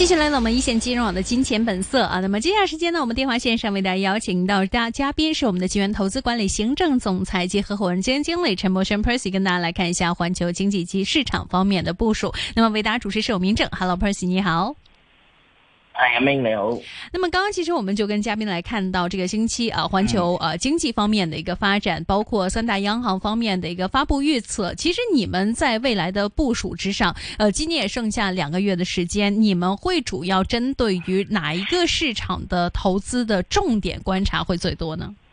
继续来到我们一线金融网的金钱本色啊，那么接下来时间呢，我们电话线上为大家邀请到嘉宾是我们的金源投资管理行政总裁及合伙人基金经理陈柏轩 Percy， 跟大家来看一下环球经济及市场方面的部署。那么为大家主持是有明正 ，Hello Percy 你好。 阿明你好。 那么刚刚其实我们就跟嘉宾来看到这个星期环球经济方面的一个发展，包括三大央行方面的一个发布预测。其实你们在未来的部署之上，今年也剩下2个月的时间，你们会主要针对于哪一个市场的投资的重点观察会最多呢？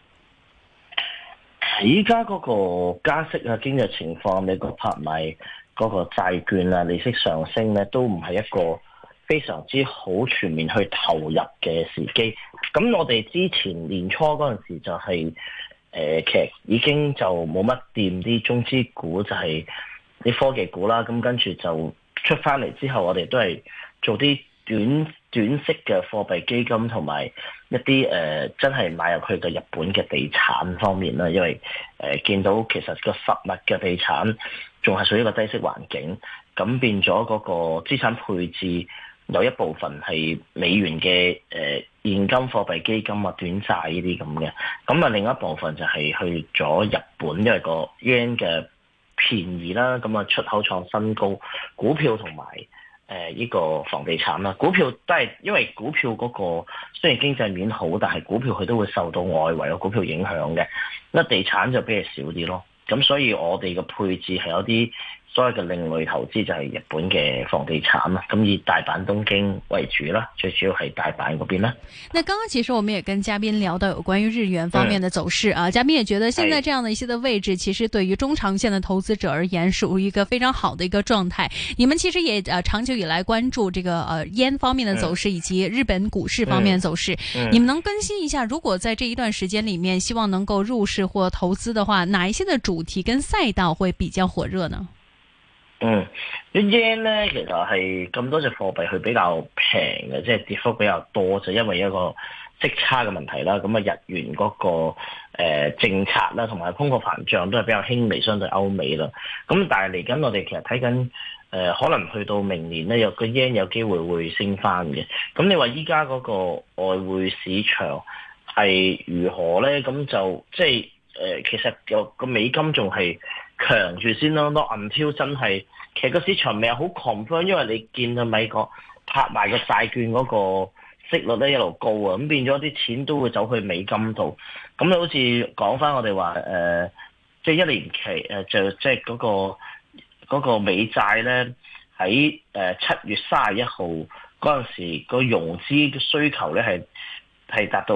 而家嗰個加息啊、經濟情況、美國拍賣嗰個債券啊、利息上升咧，都唔係一個非常之好全面去投入嘅時機。咁我哋之前年初嗰陣時就係、其實已經就冇乜掂啲中資股，就係啲科技股啦。咁跟住就出翻嚟之後，我哋都係做啲短息嘅貨幣基金，同埋一啲真係買入去嘅日本嘅地產方面啦。因為見到其實個實物嘅地產仲係屬於一個低息環境，咁變咗嗰個資產配置有一部分係美元嘅現金貨幣基金啊、短債呢啲咁嘅，咁啊另一部分就係去咗日本，因為個 yen 嘅便宜啦，咁啊出口創新高，股票同埋呢個房地產啦，股票都係因為股票嗰個雖然經濟面好，但係股票佢都會受到外圍嘅股票影響嘅，咁地產就比較少啲咯，咁所以我哋嘅配置係有啲所謂嘅另類投資，就係日本嘅房地產啦，咁以大阪東京為主啦，最主要係大阪嗰邊啦。 那剛剛其實我們也跟嘉賓聊到有關於日元方面的走勢啊，嘉賓也覺得現在這樣的一些的位置，其實對於中長線的投資者而言，屬於一個非常好的一個狀態。你們其實也長久以來關注這個yen方面的走勢以及日本股市方面的走勢，你們能更新一下，如果在這一段時間裡面，希望能夠入市或投資的話，哪一些的主題跟賽道會比較火熱呢？ 啲 yen 咧其實係咁多隻貨幣佢比較平嘅，即係跌幅比較多，就因為一個息差嘅問題啦。咁啊日元嗰個政策啦，同埋通貨膨脹都係比較輕微，相對歐美啦。咁但係嚟緊我哋其實睇緊可能去到明年咧，有個 yen 有機會會升翻嘅。咁你話依家嗰個外匯市場係如何咧？咁就即係其實有個美金仲係強住先咯，not until 真係，其實個市場未係好 confirm， 因為你見到美國拍賣個債券嗰個息率咧一路高啊，咁變咗啲錢都會走去美金度。咁你好似講翻我哋話即係1年期就即係嗰個美債咧喺7月31號嗰陣時個融資嘅需求咧係達到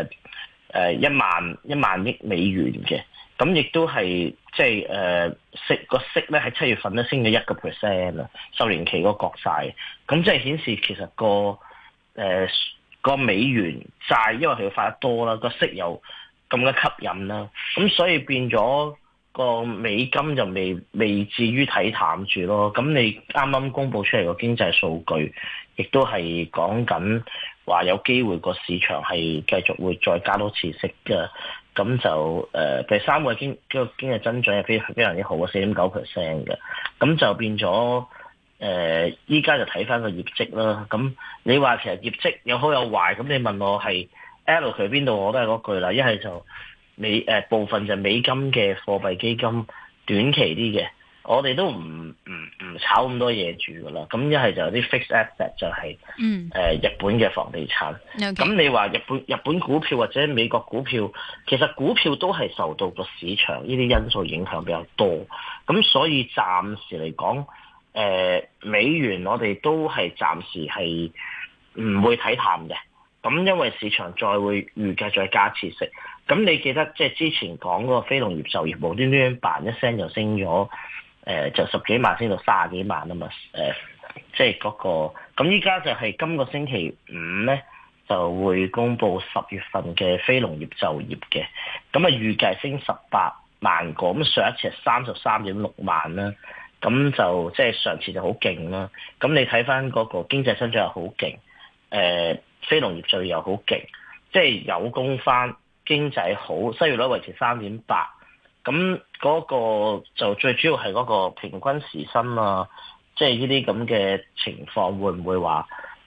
1萬億美元嘅。咁亦都係即係息咧喺7月份咧升咗1% 啦，10年期個國債，咁即係顯示其實個美元債因為佢發得多啦，個息又咁嘅吸引啦，咁所以變咗個美金就未至於睇淡住咯。咁你啱啱公布出嚟個經濟數據，亦都係講緊話有機會個市場係繼續會再加多次息嘅。咁就第三個經濟增長係非常之好嘅 4.9% 嘅，咁就變咗依家就睇翻個業績啦。咁你話其實業績有好有壞，咁你問我係 L 佢邊度，我都係嗰句啦。一係就部分就美金嘅貨幣基金短期啲嘅，我哋都唔炒咁多嘢住噶啦。咁一係就有啲 fixed asset 就係日本嘅房地產。咁你話日本股票或者美國股票，其實股票都係受到個市場呢啲因素影響比較多。咁所以暫時嚟講，美元我哋都係暫時係唔會睇淡嘅。咁因為市場再會預計再加次息。咁你記得即係之前講嗰個非農業就業無端端嘭一聲就升咗。就10幾萬升到30幾萬啊嘛，即係嗰個，咁依家就係今個星期5咧就會公布10月份嘅非農業就業嘅，咁啊預計升18萬個，咁上一次係33.6萬啦，咁就即係上次就好勁啦，咁你睇翻嗰個經濟增長又好勁，非農業就業又好勁，即係有工翻，經濟好，失業率維持3.8%。咁嗰個就最主要係嗰個平均時薪啊，即係呢啲咁嘅情況會唔會話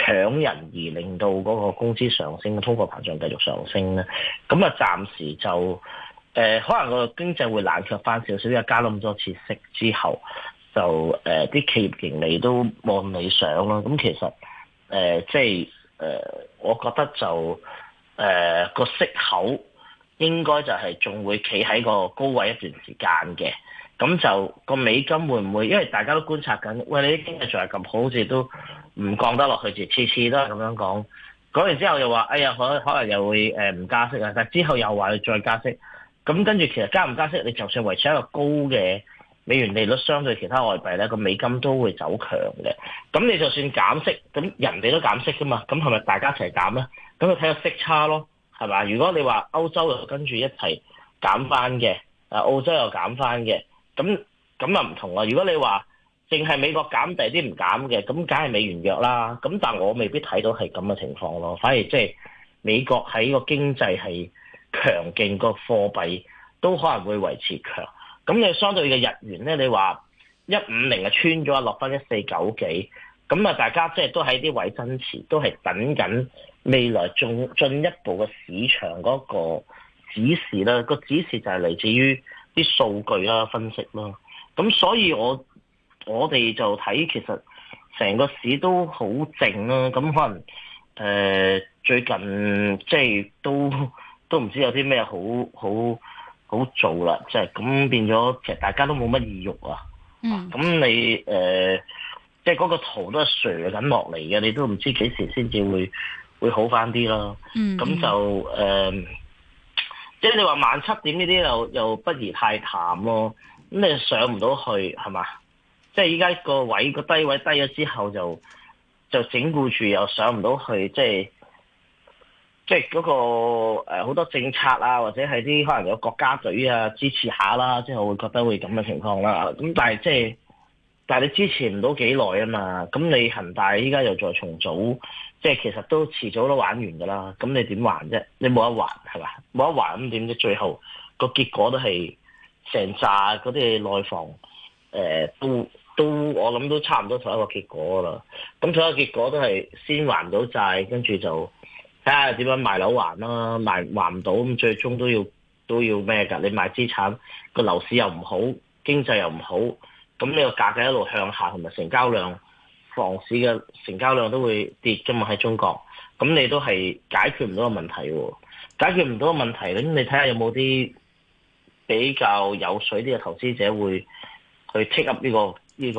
搶人而令到嗰個工資上升，通貨膨脹繼續上升咧？咁啊，暫時就可能個經濟會冷卻翻少少，因為加咁多次息之後，就啲企業盈利都冇咁理想咯。咁其實即係我覺得就個息口應該就係仲會企喺個高位一段時間嘅。咁就個美金會唔會？因為大家都觀察緊，喂，你啲經濟仲係咁好，好似都唔降得落去住，次次都係咁樣講。講完之後又話，哎呀，可能又會唔加息啊，但之後又話要再加息。咁跟住其實加唔加息，你就算維持一個高嘅美元利率，相對其他外幣咧，個美金都會走強嘅。咁你就算減息，咁人哋都減息噶嘛，咁係咪大家一齊減咧？咁就睇個息差咯，係嘛？如果你話歐洲又跟住一齊減翻嘅，澳洲又減翻嘅。咁啊唔同啊！如果你話淨係美國減，第啲唔減嘅，咁梗係美元弱啦。咁但我未必睇到係咁嘅情況咯。反而即係美國喺個經濟係強勁，個貨幣都可能會維持強。咁你相對嘅日元咧，你話150啊穿咗落翻1490幾，咁啊大家即係都喺啲位增持，都係等緊未來進一步嘅市場嗰個指示啦。個指示就係嚟自於啲數據啦、分析啦，咁所以我哋就睇其實成個市都好靜啦，咁可能最近即係都唔知有啲咩好做啦，即係咁變咗，其實大家都冇乜意欲啊。咁你即係嗰個圖都係瀡緊落嚟嘅，你都唔知幾時先至會好翻啲啦。咁就即係你話17,000點呢啲又不宜太淡咯，咁你上唔到去係嘛？即係依家個位個低位低咗之後就整固住又上唔到去，即係嗰個好多政策啊，或者係啲可能有國家隊啊支持下啦，即係我會覺得會咁嘅情況啦。咁但係你支持唔到幾耐啊嘛？咁你恒大依家又再重組，即係其實都遲早都玩完㗎啦。咁你點還啫？你冇得還係嘛？冇得還咁點啫？最後個結果都係成扎嗰啲內房都我諗都差唔多同一個結果㗎啦。咁同一個結果都係先還到債，跟住就睇下點樣賣樓還啦。還唔到咁最終都要咩㗎？你賣資產個樓市又唔好，經濟又唔好。咁呢個價格一路向下，同埋成交量，房市嘅成交量都會跌㗎嘛喺中國，咁你都係解決唔到個問題喎，解決唔到個問題，咁你睇下有冇啲比較有水啲嘅投資者會去 take up 呢個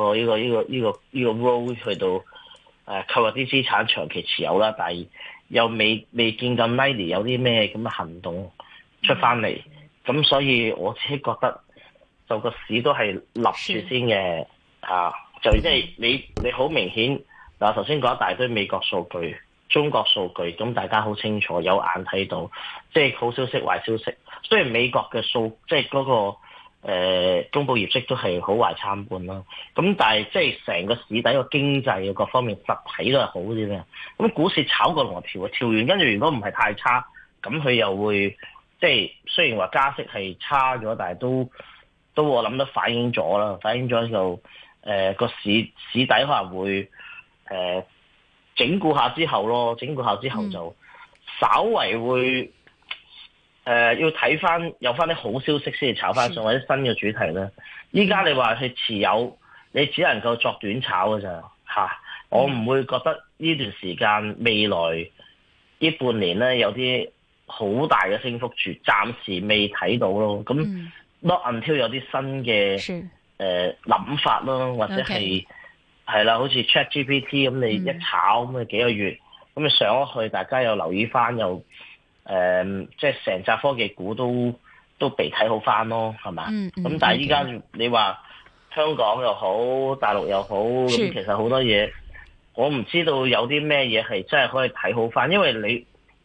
role 去到購入啲資產長期持有啦，但係又未見咁 likely 有啲咩咁嘅行動出翻嚟，咁所以我自己覺得。就個市都係立住先嘅就即係你好明顯嗱，頭先講一大堆美國數據、中國數據，咁大家好清楚，有眼睇到，即係好消息、壞消息。雖然美國嘅即係嗰個公佈業績都係好壞參半啦，咁但係即係成個市底個經濟各方面實體都係好啲嘅。咁股市炒過龍調完，跟住如果唔係太差，咁佢又會即係雖然話加息係差咗，但係都我諗都反映咗啦，反映咗就個市底可能會整固下之後咯，整固下之後就稍為會要睇翻有翻啲好消息先至炒翻上，或者新嘅主題咧。依家你話係持有，你只能夠作短炒㗎咋嚇，我唔會覺得呢段時間未來呢半年咧有啲好大嘅升幅住，暫時未睇到咯。咁not until 有啲新嘅諗法咯，或者係啦，好似 ChatGPT 咁，你一炒咁幾個月，咁你上咗去，大家又留意翻，又即係成紮科技股都被睇好翻咯，係嘛？咁但係依家你話香港又好，大陸又好，咁其實好多嘢，我唔知道有啲咩嘢係真係可以睇好翻，因為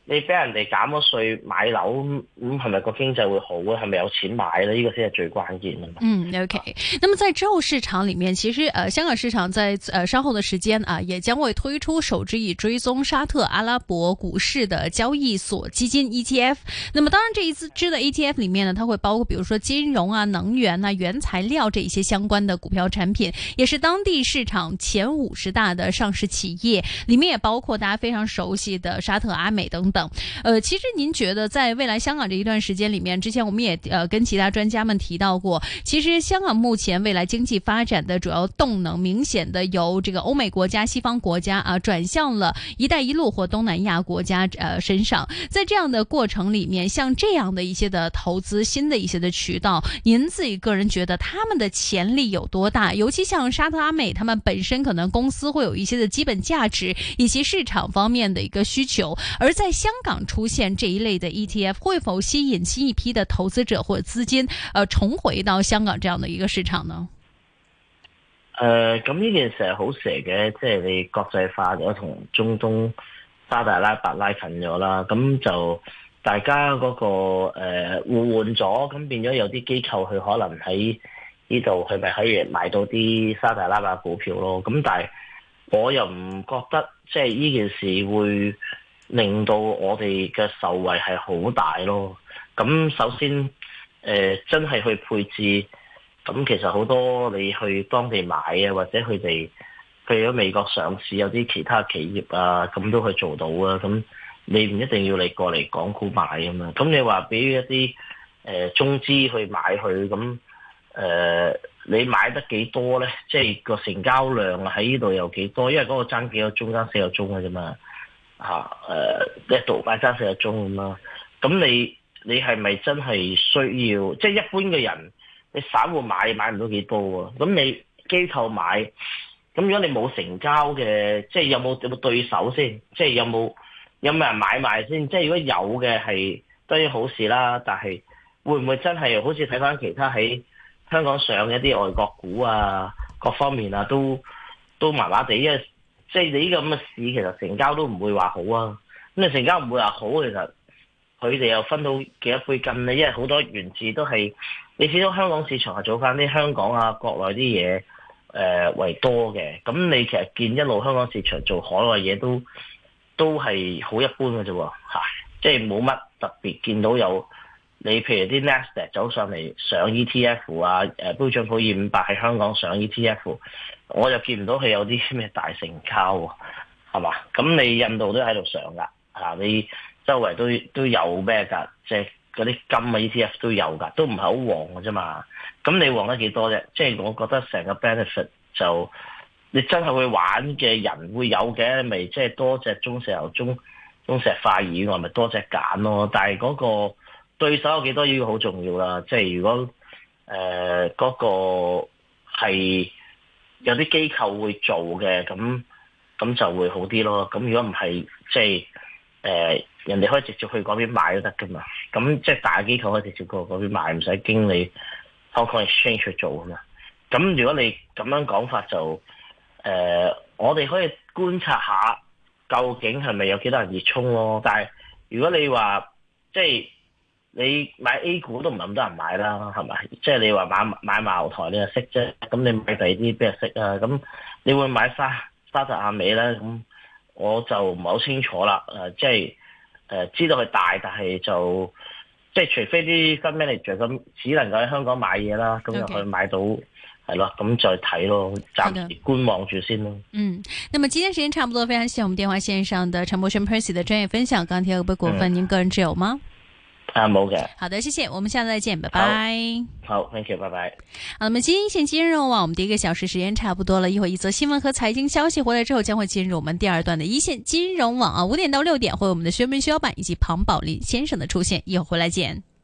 你俾人哋減咗稅買樓，咁係咪個經濟會好咧？係咪有錢買咧？呢個先係最關鍵啊嘛。 OK。那麼在之後市場裏面，其實香港市場在稍後的時間啊，也將會推出首支以追蹤沙特阿拉伯股市的交易所基金 ETF。那麼當然這一支的 ETF 裏面呢，它會包括比如說金融啊、能源啊、原材料這一些相關的股票產品，也是當地市場前50大的上市企業，裏面也包括大家非常熟悉的沙特阿美等等。其實您覺得在未來香港這一段時間裏面，之前我們也跟其他專家們提到過，其實香港目前未來經濟發展的主要動能，明顯的由這個歐美國家、西方國家啊轉向了一帶一路或東南亞國家身上。在這樣的過程裏面，像這樣的一些的投資，新的一些的渠道，您自己個人覺得他們的潛力有多大？尤其像沙特阿美，他們本身可能公司會有一些的基本價值以及市場方面的一個需求，而在香港出現這一類的 ETF， 會否吸引新一批的投資者或者資金重回到香港這樣的一個市場呢？ 咁呢件事係好蛇嘅，即係你國際化咗同中東沙特阿拉伯拉近咗啦，咁就大家嗰個互換咗，咁變咗有啲機構佢可能喺呢度佢咪可以買到啲沙特阿拉伯股票咯，咁但係我又唔覺得即係呢件事會令到我哋嘅受惠係好大咯。咁首先真係去配置，咁其實好多你去當地買啊，或者佢哋去咗美國上市有啲其他企業啊，咁都可以做到啊。咁你唔一定要你過嚟港股買啊嘛。咁你話俾一啲中資去買佢，咁你買得幾多咧？即係個成交量喺呢度有幾多？因為嗰個爭幾個鐘，爭4個鐘嘅啫嘛。一度買爭4個鐘咁啦。咁你係咪真係需要？即係一般嘅人，你散戶買唔到幾多喎？咁你機構買，咁如果你冇成交嘅，即係有冇對手先？即係有冇人買賣先？即係如果有嘅係當然好事啦，但係會唔會真係好似睇翻其他喺香港上一啲外國股啊，各方面啊都麻麻地，因為即係你呢個咁嘅市其實成交都唔會話好啊。咁你成交唔會話好，其實佢哋又分到幾多杯羹咧？因為好多源自都係你始終香港市場係做翻啲香港啊國內啲嘢為多嘅。咁你其實見一路香港市場做海外嘢都係好一般嘅啫喎，即係冇乜特別見到有你譬如啲 Nasdaq 走上嚟上 ETF 啊，標準普爾500喺香港上 ETF， 我就見唔到佢有啲咩大成交喎，係嘛？咁你印度都喺度上㗎，你周圍都有咩㗎？即係嗰啲金啊 ETF 都有㗎，都唔係好旺㗎啫嘛。咁你旺得幾多啫？即係我覺得成個 benefit 就你真係會玩嘅人會有嘅，咪即係多隻中石油、中石化以外，咪多隻揀咯。但係嗰個對手有幾多呢個好重要啦。即係如果嗰個係有啲機構會做嘅，咁就會好啲咯。咁如果唔係，即係人哋可以直接去嗰邊買都得噶嘛。咁即係大機構可以直接過嗰邊買，唔使經你 Hong Kong Exchange 去做啊嘛。咁如果你咁樣講法就我哋可以觀察下究竟係咪有幾多人熱衷咯。但係如果你話即係你買 A 股都唔係咁多人買啦，係咪？即係你話買茅台你就識啫，咁你買第二啲邊個識啊？咁你會買沙特阿美咧？咁我就唔係好清楚啦。即係知道佢大，但係就即係除非啲 fund manager 咁，只能夠喺香港買嘢啦，咁就可以買到。係咯，咁再睇咯，暫時觀望住先咯。 那麼今天時間差不多，非常謝謝我們電話線上的陳柏軒 Percy 的專業分享。鋼鐵股份，您個人持有嗎？ 冇嘅。 好的，謝謝，我們下次再見，拜拜。 好 thank you， 拜拜。 好，那麼今天金融網，我們第一個小時時間差不多了，一會兒一則新聞和財經消息回來之後，將會進入我們第二段的一線金融網5點到6點，會有我們的薛文薛老闆以及龐寶林先生的出現，一會兒回來見。